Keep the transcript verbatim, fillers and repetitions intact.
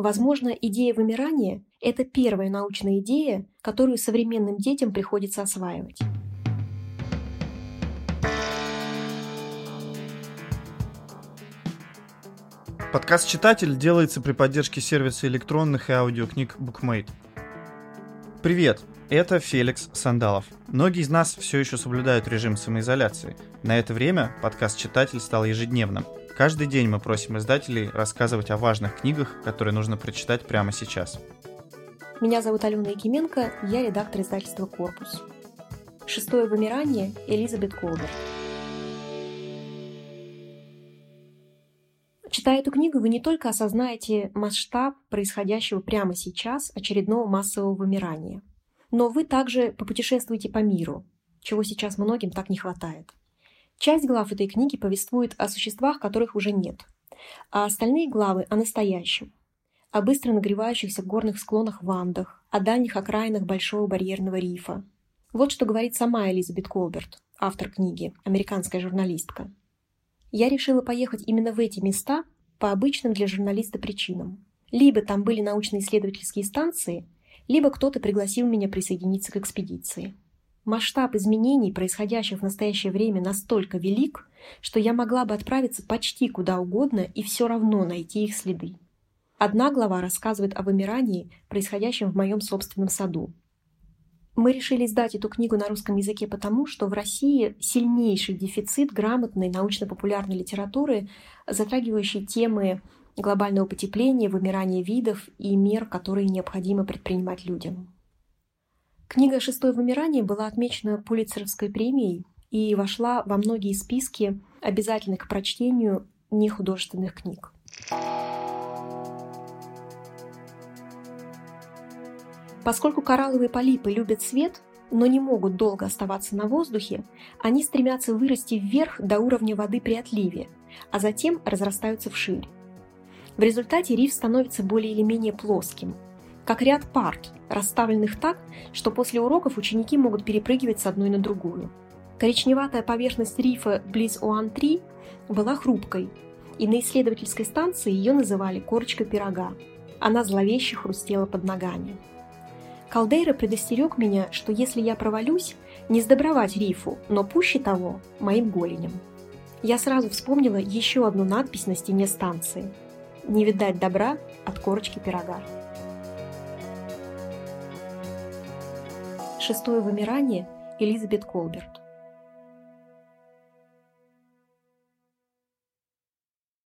Возможно, идея вымирания – это первая научная идея, которую современным детям приходится осваивать. Подкаст «Читатель» делается при поддержке сервиса электронных и аудиокниг BookMate. Привет, это Феликс Сандалов. Многие из нас все еще соблюдают режим самоизоляции. На это время подкаст «Читатель» стал ежедневным. Каждый день мы просим издателей рассказывать о важных книгах, которые нужно прочитать прямо сейчас. Меня зовут Алена Якименко, я редактор издательства «Корпус». «Шестое вымирание» Элизабет Колберт. Читая эту книгу, вы не только осознаете масштаб происходящего прямо сейчас очередного массового вымирания, но вы также попутешествуете по миру, чего сейчас многим так не хватает. Часть глав этой книги повествует о существах, которых уже нет, а остальные главы о настоящем, о быстро нагревающихся горных склонах в Андах, о дальних окраинах Большого барьерного рифа. Вот что говорит сама Элизабет Колберт, автор книги, американская журналистка. Я решила поехать именно в эти места по обычным для журналиста причинам. Либо там были научно-исследовательские станции, либо кто-то пригласил меня присоединиться к экспедиции. Масштаб изменений, происходящих в настоящее время, настолько велик, что я могла бы отправиться почти куда угодно и все равно найти их следы. Одна глава рассказывает о вымирании, происходящем в моем собственном саду. Мы решили издать эту книгу на русском языке потому, что в России сильнейший дефицит грамотной научно-популярной литературы, затрагивающей темы глобального потепления, вымирания видов и мер, которые необходимо предпринимать людям. Книга «Шестое вымирание» была отмечена Пулитцеровской премией и вошла во многие списки обязательных к прочтению нехудожественных книг. Поскольку коралловые полипы любят свет, но не могут долго оставаться на воздухе, они стремятся вырасти вверх до уровня воды при отливе, а затем разрастаются вширь. В результате риф становится более или менее плоским, как ряд парт, расставленных так, что после уроков ученики могут перепрыгивать с одной на другую. Коричневатая поверхность рифа близ Оан-три была хрупкой, и на исследовательской станции ее называли корочкой пирога. Она зловеще хрустела под ногами. Калдейра предостерег меня, что если я провалюсь, не сдобровать рифу, но пуще того – моим голенем. Я сразу вспомнила еще одну надпись на стене станции – «Не видать добра от корочки пирога». «Шестое вымирание» Элизабет Колберт.